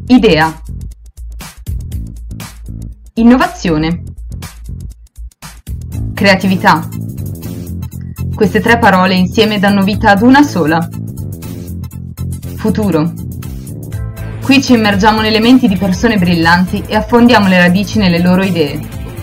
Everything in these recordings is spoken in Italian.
Idea. Innovazione. Creatività. Queste tre parole insieme danno vita ad una sola. Futuro. Qui ci immergiamo nelle menti di persone brillanti e affondiamo le radici nelle loro idee.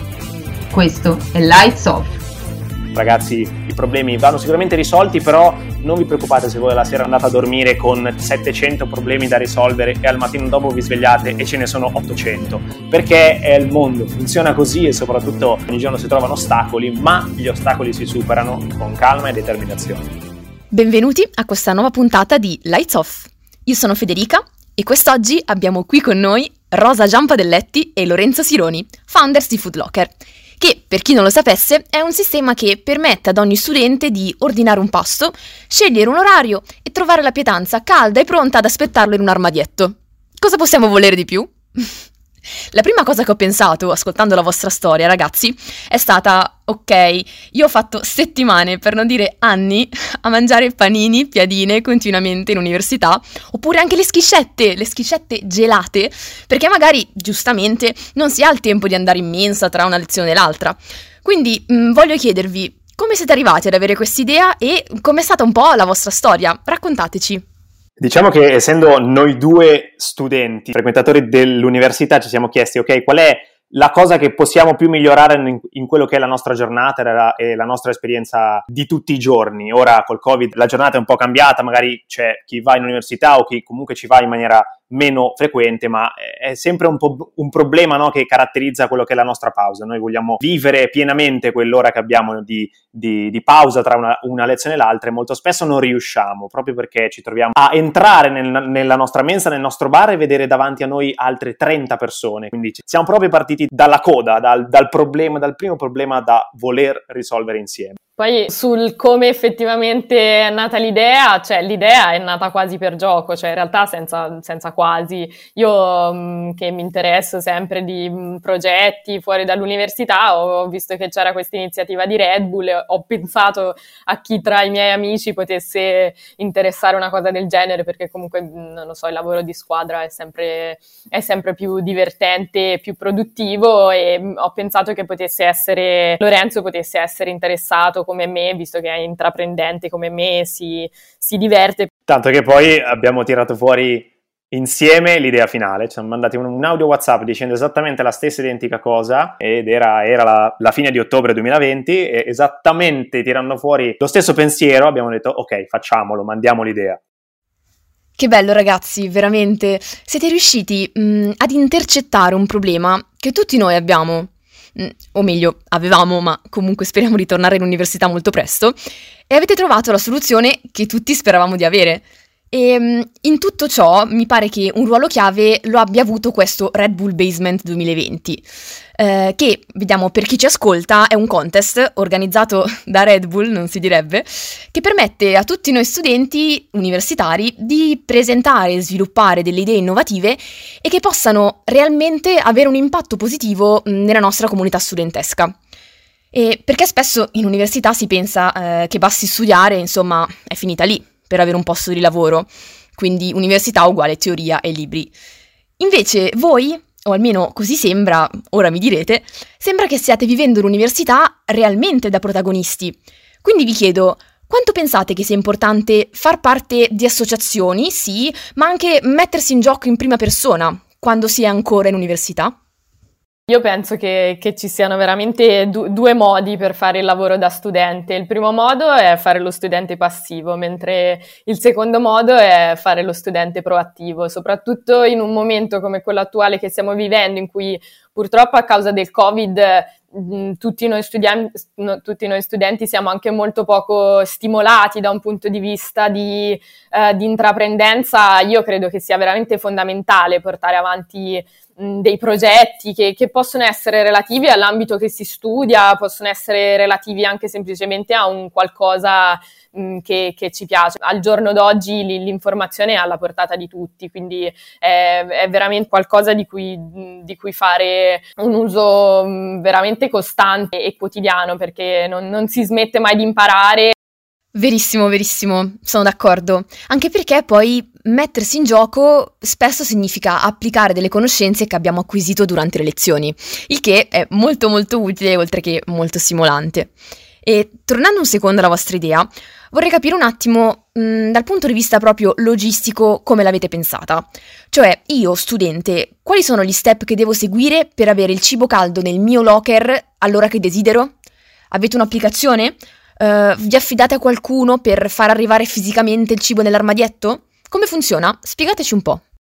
Questo è Lights Off. Ragazzi, i problemi vanno sicuramente risolti, però non vi preoccupate se voi la sera andate a dormire con 700 problemi da risolvere e al mattino dopo vi svegliate e ce ne sono 800, perché è il mondo, funziona così e soprattutto ogni giorno si trovano ostacoli, ma gli ostacoli si superano con calma e determinazione. Benvenuti a questa nuova puntata di Lights Off. Io sono Federica e quest'oggi abbiamo qui con noi Rosa Giampadelletti e Lorenzo Sironi, founders di Food Locker, che, per chi non lo sapesse, è un sistema che permette ad ogni studente di ordinare un pasto, scegliere un orario e trovare la pietanza calda e pronta ad aspettarlo in un armadietto. Cosa possiamo volere di più? La prima cosa che ho pensato, ascoltando la vostra storia, ragazzi, è stata: ok, io ho fatto settimane, per non dire anni, a mangiare panini, piadine continuamente in università, oppure anche le schiscette gelate, perché magari, giustamente, non si ha il tempo di andare in mensa tra una lezione e l'altra. Quindi voglio chiedervi, come siete arrivati ad avere quest'idea e com'è stata un po' la vostra storia? Raccontateci. Diciamo che essendo noi due studenti, frequentatori dell'università, ci siamo chiesti, ok, qual è la cosa che possiamo più migliorare in quello che è la nostra giornata e la nostra esperienza di tutti i giorni. Ora col Covid la giornata è un po' cambiata, magari c'è chi va in università o chi comunque ci va in maniera meno frequente, ma è sempre un problema, no, che caratterizza quello che è la nostra pausa. Noi vogliamo vivere pienamente quell'ora che abbiamo di pausa tra una lezione e l'altra e molto spesso non riusciamo, proprio perché ci troviamo a entrare nella nostra mensa, nel nostro bar e vedere davanti a noi altre 30 persone. Quindi siamo proprio partiti dalla coda, dal primo problema da voler risolvere insieme. Poi sul come effettivamente è nata l'idea, cioè l'idea è nata quasi per gioco, cioè in realtà senza quasi. Io che mi interesso sempre di progetti fuori dall'università, ho visto che c'era questa iniziativa di Red Bull e ho pensato a chi tra i miei amici potesse interessare una cosa del genere, perché comunque, non lo so, il lavoro di squadra è sempre più divertente, più produttivo, e ho pensato che Lorenzo potesse essere interessato come me, visto che è intraprendente come me, si diverte. Tanto che poi abbiamo tirato fuori insieme l'idea finale, ci siamo mandati un audio WhatsApp dicendo esattamente la stessa identica cosa, ed era la fine di ottobre 2020, e esattamente tirando fuori lo stesso pensiero abbiamo detto ok, facciamolo, mandiamo l'idea. Che bello, ragazzi, veramente. Siete riusciti ad intercettare un problema che tutti noi abbiamo, o meglio, avevamo, ma comunque speriamo di tornare in università molto presto, e avete trovato la soluzione che tutti speravamo di avere. E in tutto ciò mi pare che un ruolo chiave lo abbia avuto questo Red Bull Basement 2020, che, vediamo, per chi ci ascolta, è un contest organizzato da Red Bull, non si direbbe, che permette a tutti noi studenti universitari di presentare e sviluppare delle idee innovative e che possano realmente avere un impatto positivo nella nostra comunità studentesca. E perché spesso in università si pensa che basti studiare, insomma, è finita lì per avere un posto di lavoro, quindi università uguale teoria e libri. Invece voi, o almeno così sembra, ora mi direte, sembra che stiate vivendo l'università realmente da protagonisti. Quindi vi chiedo, quanto pensate che sia importante far parte di associazioni, sì, ma anche mettersi in gioco in prima persona quando si è ancora in università? Io penso che ci siano veramente due modi per fare il lavoro da studente. Il primo modo è fare lo studente passivo, mentre il secondo modo è fare lo studente proattivo, soprattutto in un momento come quello attuale che stiamo vivendo, in cui purtroppo a causa del Covid tutti noi studenti siamo anche molto poco stimolati da un punto di vista di intraprendenza. Io credo che sia veramente fondamentale portare avanti dei progetti che possono essere relativi all'ambito che si studia, possono essere relativi anche semplicemente a un qualcosa che ci piace. Al giorno d'oggi l'informazione è alla portata di tutti, quindi è veramente qualcosa di cui fare un uso veramente costante e quotidiano, perché non si smette mai di imparare. Verissimo, verissimo, sono d'accordo. Anche perché poi mettersi in gioco spesso significa applicare delle conoscenze che abbiamo acquisito durante le lezioni, il che è molto molto utile oltre che molto stimolante. E tornando un secondo alla vostra idea, vorrei capire un attimo dal punto di vista proprio logistico come l'avete pensata. Cioè, io, studente, quali sono gli step che devo seguire per avere il cibo caldo nel mio locker all'ora che desidero? Avete un'applicazione? Vi affidate a qualcuno per far arrivare fisicamente il cibo nell'armadietto? Come funziona? Spiegateci un po'.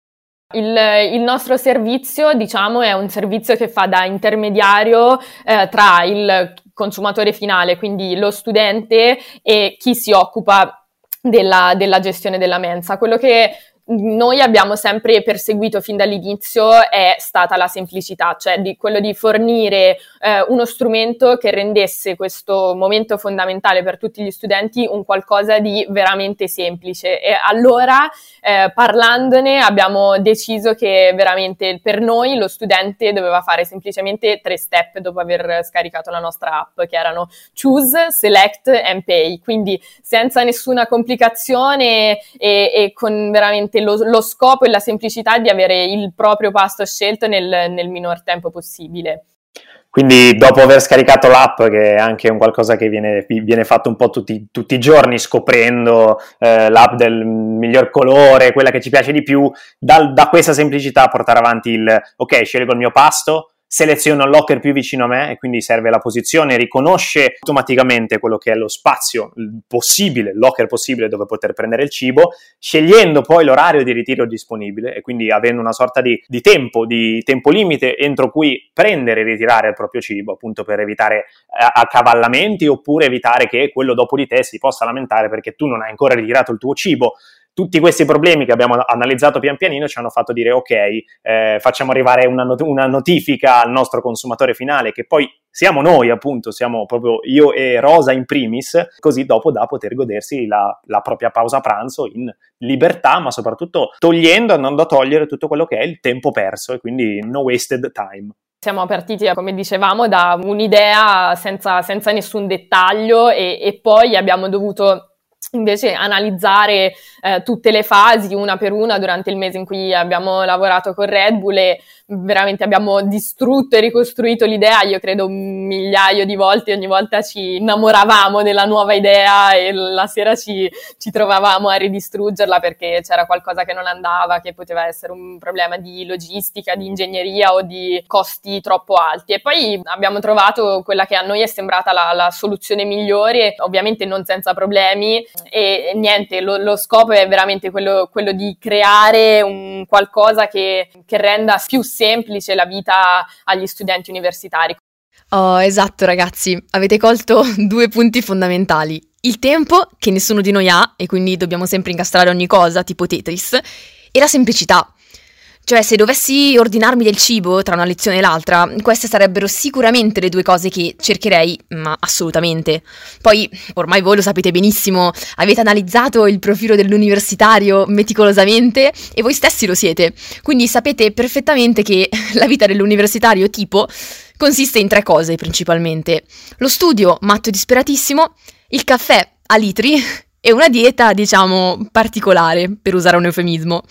Il nostro servizio, diciamo, è un servizio che fa da intermediario tra il consumatore finale, quindi lo studente, e chi si occupa della gestione della mensa. Quello che noi abbiamo sempre perseguito fin dall'inizio è stata la semplicità, cioè quello di fornire uno strumento che rendesse questo momento fondamentale per tutti gli studenti un qualcosa di veramente semplice. E allora, parlandone, abbiamo deciso che veramente per noi lo studente doveva fare semplicemente 3 step dopo aver scaricato la nostra app, che erano choose, select and pay, quindi senza nessuna complicazione e con veramente lo scopo e la semplicità di avere il proprio pasto scelto nel minor tempo possibile. Quindi dopo aver scaricato l'app, che è anche un qualcosa che viene fatto un po' tutti i giorni, scoprendo l'app del miglior colore, quella che ci piace di più, da questa semplicità portare avanti ok, scelgo il mio pasto, seleziono il locker più vicino a me e quindi serve la posizione, riconosce automaticamente quello che è lo spazio possibile, il locker possibile dove poter prendere il cibo, scegliendo poi l'orario di ritiro disponibile e quindi avendo una sorta di tempo limite entro cui prendere e ritirare il proprio cibo, appunto per evitare accavallamenti oppure evitare che quello dopo di te si possa lamentare perché tu non hai ancora ritirato il tuo cibo. Tutti questi problemi che abbiamo analizzato pian pianino ci hanno fatto dire ok, facciamo arrivare una notifica al nostro consumatore finale, che poi siamo noi, appunto, siamo proprio io e Rosa in primis, così dopo da poter godersi la propria pausa pranzo in libertà, ma soprattutto andando a togliere tutto quello che è il tempo perso e quindi no wasted time. Siamo partiti, come dicevamo, da un'idea senza nessun dettaglio e poi abbiamo dovuto invece analizzare tutte le fasi una per una durante il mese in cui abbiamo lavorato con Red Bull e veramente abbiamo distrutto e ricostruito l'idea, io credo 1.000.000 di volte, ogni volta ci innamoravamo della nuova idea e la sera ci trovavamo a ridistruggerla perché c'era qualcosa che non andava, che poteva essere un problema di logistica, di ingegneria o di costi troppo alti. E poi abbiamo trovato quella che a noi è sembrata la soluzione migliore, ovviamente non senza problemi, e niente, lo scopo è veramente quello di creare un qualcosa che renda più semplice la vita agli studenti universitari. Oh, esatto ragazzi, avete colto 2 punti fondamentali. Il tempo, che nessuno di noi ha, e quindi dobbiamo sempre incastrare ogni cosa, tipo Tetris, e la semplicità. Cioè, se dovessi ordinarmi del cibo tra una lezione e l'altra, queste sarebbero sicuramente le 2 cose che cercherei, ma assolutamente. Poi, ormai voi lo sapete benissimo, avete analizzato il profilo dell'universitario meticolosamente e voi stessi lo siete. Quindi sapete perfettamente che la vita dell'universitario tipo consiste in 3 cose principalmente. Lo studio matto e disperatissimo, il caffè a litri e una dieta, diciamo, particolare, per usare un eufemismo.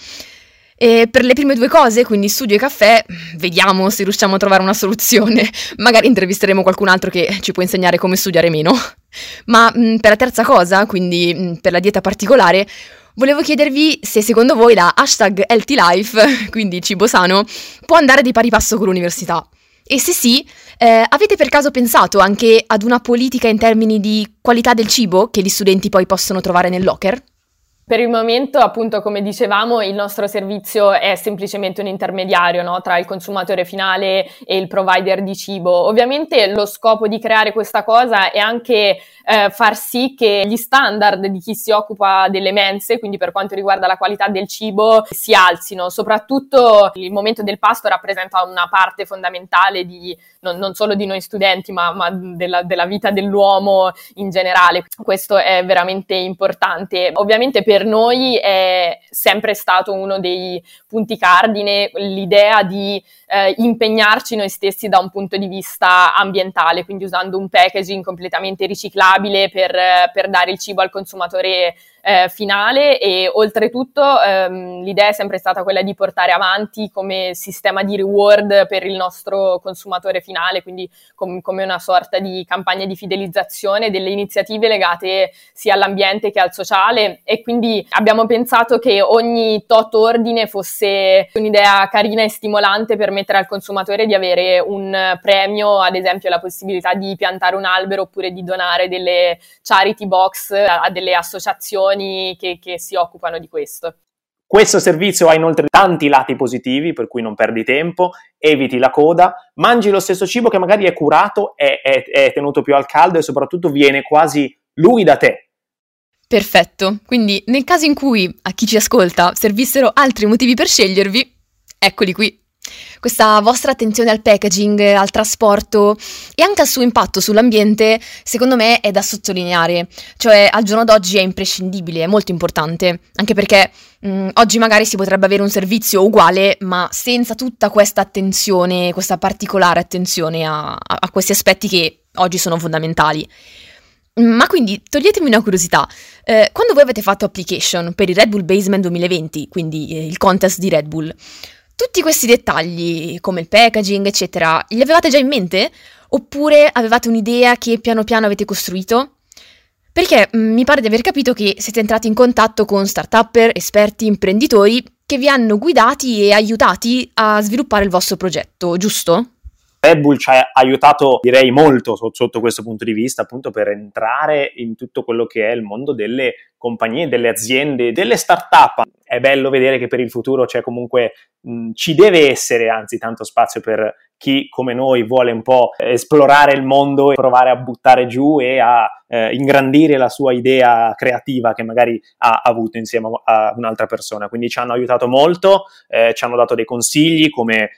E per le prime 2 cose, quindi studio e caffè, vediamo se riusciamo a trovare una soluzione. Magari intervisteremo qualcun altro che ci può insegnare come studiare meno. Ma per la terza cosa, quindi per la dieta particolare, volevo chiedervi se secondo voi la #HealthyLife, quindi cibo sano, può andare di pari passo con l'università. E se sì, avete per caso pensato anche ad una politica in termini di qualità del cibo che gli studenti poi possono trovare nel locker? Per il momento, appunto, come dicevamo, il nostro servizio è semplicemente un intermediario, no, tra il consumatore finale e il provider di cibo. Ovviamente lo scopo di creare questa cosa è anche far sì che gli standard di chi si occupa delle mense, quindi per quanto riguarda la qualità del cibo, si alzino. Soprattutto il momento del pasto rappresenta una parte fondamentale di non solo di noi studenti, ma della vita dell'uomo in generale. Questo è veramente importante. Ovviamente per noi è sempre stato uno dei punti cardine l'idea di impegnarci noi stessi da un punto di vista ambientale, quindi usando un packaging completamente riciclabile per dare il cibo al consumatore finale, e oltretutto l'idea è sempre stata quella di portare avanti come sistema di reward per il nostro consumatore finale, quindi come una sorta di campagna di fidelizzazione delle iniziative legate sia all'ambiente che al sociale, e quindi abbiamo pensato che ogni tot ordine fosse un'idea carina e stimolante per mettere al consumatore di avere un premio, ad esempio la possibilità di piantare un albero oppure di donare delle charity box a delle associazioni che si occupano di questo. Questo servizio ha inoltre tanti lati positivi, per cui non perdi tempo, eviti la coda, mangi lo stesso cibo che magari è curato, è tenuto più al caldo e soprattutto viene quasi lui da te. Perfetto, quindi nel caso in cui a chi ci ascolta servissero altri motivi per scegliervi, eccoli qui. Questa vostra attenzione al packaging, al trasporto e anche al suo impatto sull'ambiente, secondo me è da sottolineare. Cioè, al giorno d'oggi è imprescindibile, è molto importante, anche perché oggi magari si potrebbe avere un servizio uguale, ma senza tutta questa attenzione, questa particolare attenzione a questi aspetti che oggi sono fondamentali. Ma quindi, toglietemi una curiosità, quando voi avete fatto application per il Red Bull Basement 2020, quindi il contest di Red Bull, tutti questi dettagli, come il packaging, eccetera, li avevate già in mente? Oppure avevate un'idea che piano piano avete costruito? Perché mi pare di aver capito che siete entrati in contatto con start-upper, esperti, imprenditori che vi hanno guidati e aiutati a sviluppare il vostro progetto, giusto? Red Bull ci ha aiutato, direi, molto sotto questo punto di vista, appunto per entrare in tutto quello che è il mondo delle compagnie, delle aziende, delle start-up. È bello vedere che per il futuro c'è comunque, ci deve essere anzi tanto spazio per chi come noi vuole un po' esplorare il mondo e provare a buttare giù e a ingrandire la sua idea creativa che magari ha avuto insieme a un'altra persona. Quindi ci hanno aiutato molto, ci hanno dato dei consigli come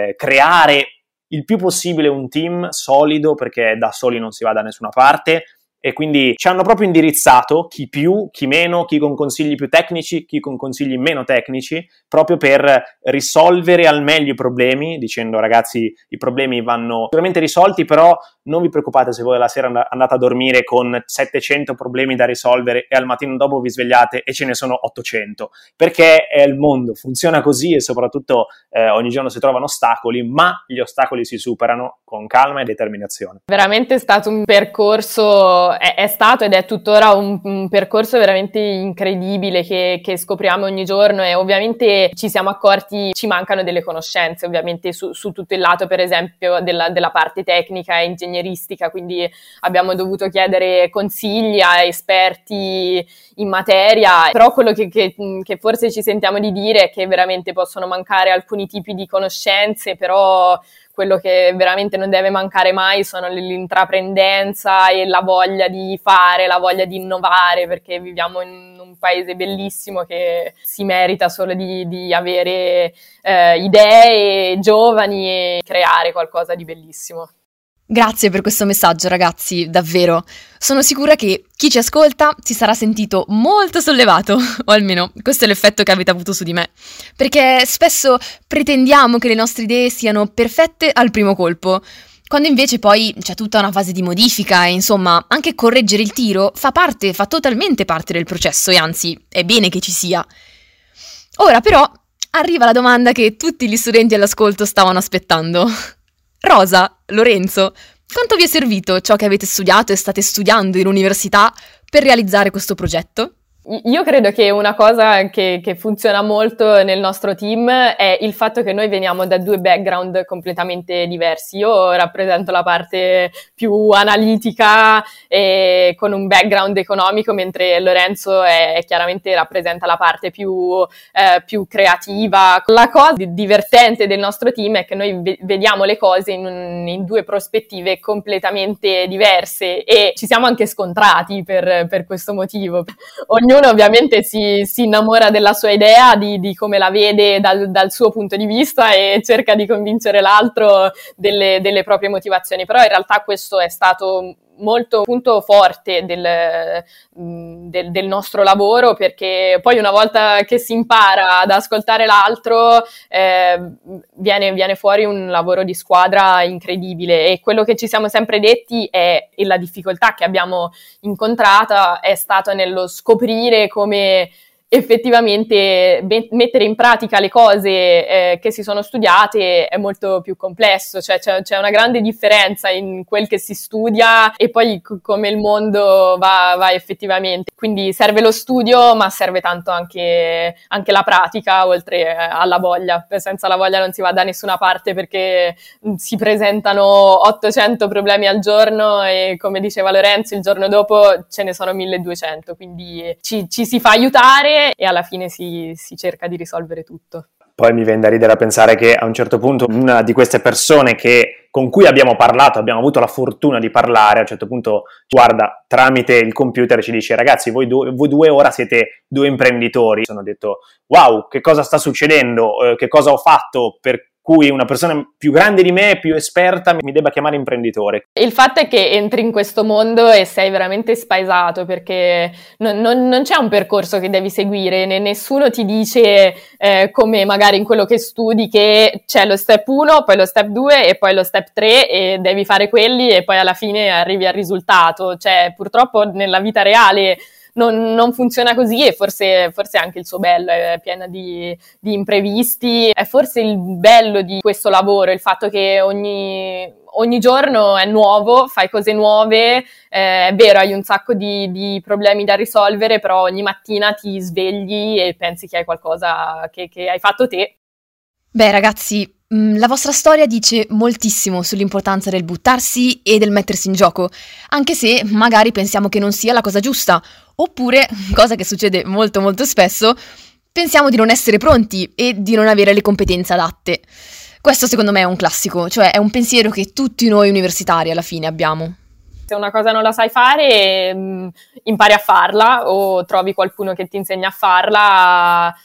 creare il più possibile un team solido, perché da soli non si va da nessuna parte, e quindi ci hanno proprio indirizzato, chi più, chi meno, chi con consigli più tecnici, chi con consigli meno tecnici, proprio per risolvere al meglio i problemi, dicendo: ragazzi, i problemi vanno sicuramente risolti, però non vi preoccupate se voi la sera andate a dormire con 700 problemi da risolvere e al mattino dopo vi svegliate e ce ne sono 800, perché è il mondo, funziona così, e soprattutto ogni giorno si trovano ostacoli, ma gli ostacoli si superano con calma e determinazione. Veramente è stato un percorso, è stato ed è tuttora un percorso veramente incredibile che scopriamo ogni giorno, e ovviamente ci siamo accorti ci mancano delle conoscenze ovviamente su tutto il lato, per esempio della parte tecnica e ingegneristica, quindi abbiamo dovuto chiedere consigli a esperti in materia, però quello che forse ci sentiamo di dire è che veramente possono mancare alcuni tipi di conoscenze, però quello che veramente non deve mancare mai sono l'intraprendenza e la voglia di fare, la voglia di innovare, perché viviamo in un paese bellissimo che si merita solo di avere idee giovani e creare qualcosa di bellissimo. Grazie per questo messaggio, ragazzi, davvero. Sono sicura che chi ci ascolta si sarà sentito molto sollevato, o almeno questo è l'effetto che avete avuto su di me, perché spesso pretendiamo che le nostre idee siano perfette al primo colpo, quando invece poi c'è tutta una fase di modifica e insomma anche correggere il tiro fa totalmente parte del processo, e anzi è bene che ci sia. Ora però arriva la domanda che tutti gli studenti all'ascolto stavano aspettando. Rosa, Lorenzo, quanto vi è servito ciò che avete studiato e state studiando in università per realizzare questo progetto? Io credo che una cosa che funziona molto nel nostro team è il fatto che noi veniamo da due background completamente diversi. Io rappresento la parte più analitica e con un background economico, mentre Lorenzo chiaramente rappresenta la parte più creativa. La cosa divertente del nostro team è che noi vediamo le cose in due prospettive completamente diverse, e ci siamo anche scontrati per questo motivo. Ognuno ovviamente si innamora della sua idea, di come la vede dal suo punto di vista, e cerca di convincere l'altro delle proprie motivazioni, però in realtà questo è stato molto punto forte del nostro lavoro, perché poi una volta che si impara ad ascoltare l'altro viene fuori un lavoro di squadra incredibile, e quello che ci siamo sempre detti e la difficoltà che abbiamo incontrata è stata nello scoprire come effettivamente mettere in pratica le cose che si sono studiate è molto più complesso, cioè c'è una grande differenza in quel che si studia e poi come il mondo va effettivamente. Quindi serve lo studio, ma serve tanto anche la pratica, oltre alla voglia. Senza la voglia non si va da nessuna parte, perché si presentano 800 problemi al giorno e, come diceva Lorenzo, il giorno dopo ce ne sono 1200, quindi ci si fa aiutare e alla fine si cerca di risolvere tutto. Poi mi viene da ridere a pensare che a un certo punto una di queste persone con cui abbiamo parlato, abbiamo avuto la fortuna di parlare, a un certo punto guarda tramite il computer e ci dice: ragazzi, voi due ora siete due imprenditori. Sono detto: wow, che cosa sta succedendo? Che cosa ho fatto per cui una persona più grande di me, più esperta, mi debba chiamare imprenditore? Il fatto è che entri in questo mondo e sei veramente spaesato, perché non c'è un percorso che devi seguire, nessuno ti dice come magari in quello che studi, che c'è lo step 1, poi lo step 2 e poi lo step 3 e devi fare quelli e poi alla fine arrivi al risultato. Cioè, purtroppo nella vita reale non funziona così, e forse anche il suo bello, è piena di imprevisti. È forse il bello di questo lavoro, il fatto che ogni giorno è nuovo, fai cose nuove, è vero, hai un sacco di problemi da risolvere, però ogni mattina ti svegli e pensi che hai qualcosa che hai fatto te. Beh, ragazzi, la vostra storia dice moltissimo sull'importanza del buttarsi e del mettersi in gioco, anche se magari pensiamo che non sia la cosa giusta, oppure, cosa che succede molto molto spesso, pensiamo di non essere pronti e di non avere le competenze adatte. Questo secondo me è un classico, cioè è un pensiero che tutti noi universitari alla fine abbiamo. Se una cosa non la sai fare, impari a farla o trovi qualcuno che ti insegna a farla,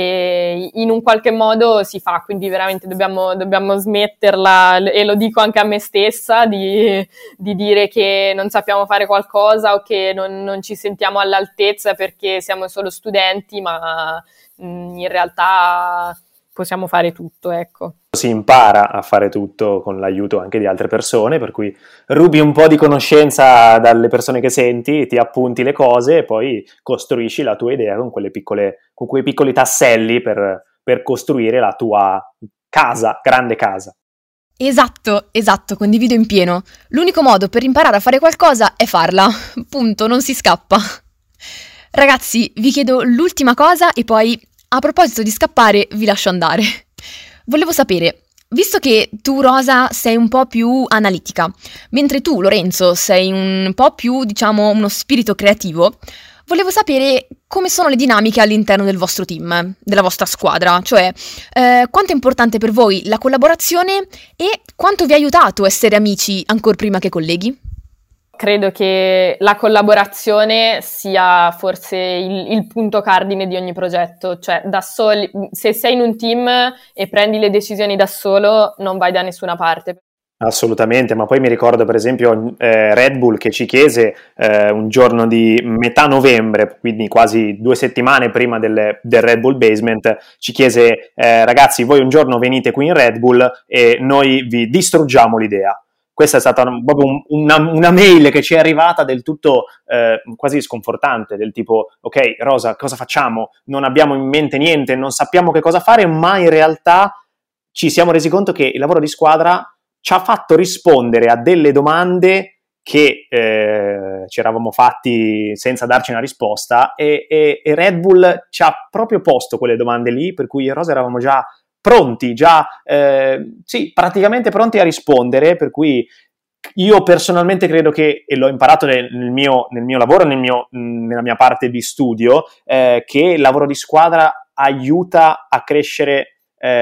e in un qualche modo si fa. Quindi veramente dobbiamo smetterla, e lo dico anche a me stessa, di dire che non sappiamo fare qualcosa o che non ci sentiamo all'altezza perché siamo solo studenti, ma in realtà possiamo fare tutto, ecco. Si impara a fare tutto con l'aiuto anche di altre persone, per cui rubi un po' di conoscenza dalle persone che senti, ti appunti le cose e poi costruisci la tua idea con quei piccoli tasselli per costruire la tua casa, grande casa. Esatto, condivido in pieno. L'unico modo per imparare a fare qualcosa è farla. Punto, non si scappa. Ragazzi, vi chiedo l'ultima cosa e poi, a proposito di scappare, vi lascio andare. Volevo sapere, visto che tu, Rosa, sei un po' più analitica, mentre tu, Lorenzo, sei un po' più, diciamo, uno spirito creativo, volevo sapere come sono le dinamiche all'interno del vostro team, della vostra squadra, cioè quanto è importante per voi la collaborazione e quanto vi ha aiutato essere amici ancor prima che colleghi? Credo che la collaborazione sia forse il punto cardine di ogni progetto, cioè da soli, se sei in un team e prendi le decisioni da solo, non vai da nessuna parte. Assolutamente, ma poi mi ricordo per esempio Red Bull che ci chiese un giorno di metà novembre, quindi quasi 2 settimane prima del Red Bull Basement, ci chiese ragazzi, voi un giorno venite qui in Red Bull e noi vi distruggiamo l'idea. Questa è stata proprio una mail che ci è arrivata del tutto quasi sconfortante, del tipo: ok Rosa, cosa facciamo? Non abbiamo in mente niente, non sappiamo che cosa fare, ma in realtà ci siamo resi conto che il lavoro di squadra ci ha fatto rispondere a delle domande che ci eravamo fatti senza darci una risposta, e Red Bull ci ha proprio posto quelle domande lì, per cui Rosa eravamo già pronti, praticamente pronti a rispondere, per cui io personalmente credo che, e l'ho imparato nel mio lavoro, nella mia parte di studio, che il lavoro di squadra aiuta a crescere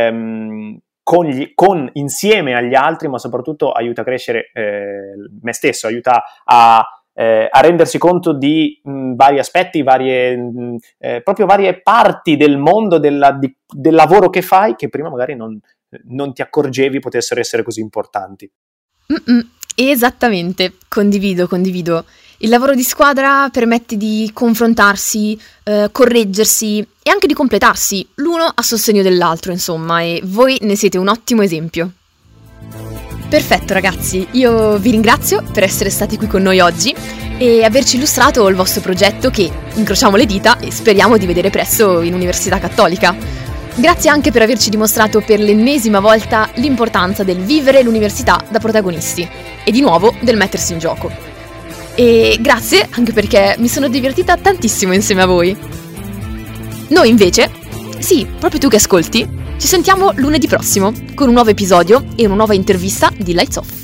insieme agli altri, ma soprattutto aiuta a crescere me stesso, aiuta a rendersi conto di vari aspetti, proprio varie parti del mondo del lavoro che fai, che prima magari non ti accorgevi potessero essere così importanti. Esattamente, condivido. Il lavoro di squadra permette di confrontarsi, correggersi e anche di completarsi, l'uno a sostegno dell'altro, insomma, e voi ne siete un ottimo esempio. Perfetto ragazzi, io vi ringrazio per essere stati qui con noi oggi e averci illustrato il vostro progetto che incrociamo le dita e speriamo di vedere presto in Università Cattolica. Grazie anche per averci dimostrato per l'ennesima volta l'importanza del vivere l'università da protagonisti e di nuovo del mettersi in gioco. E grazie anche perché mi sono divertita tantissimo insieme a voi. Noi invece, sì, proprio tu che ascolti, ci sentiamo lunedì prossimo con un nuovo episodio e una nuova intervista di Lights Off.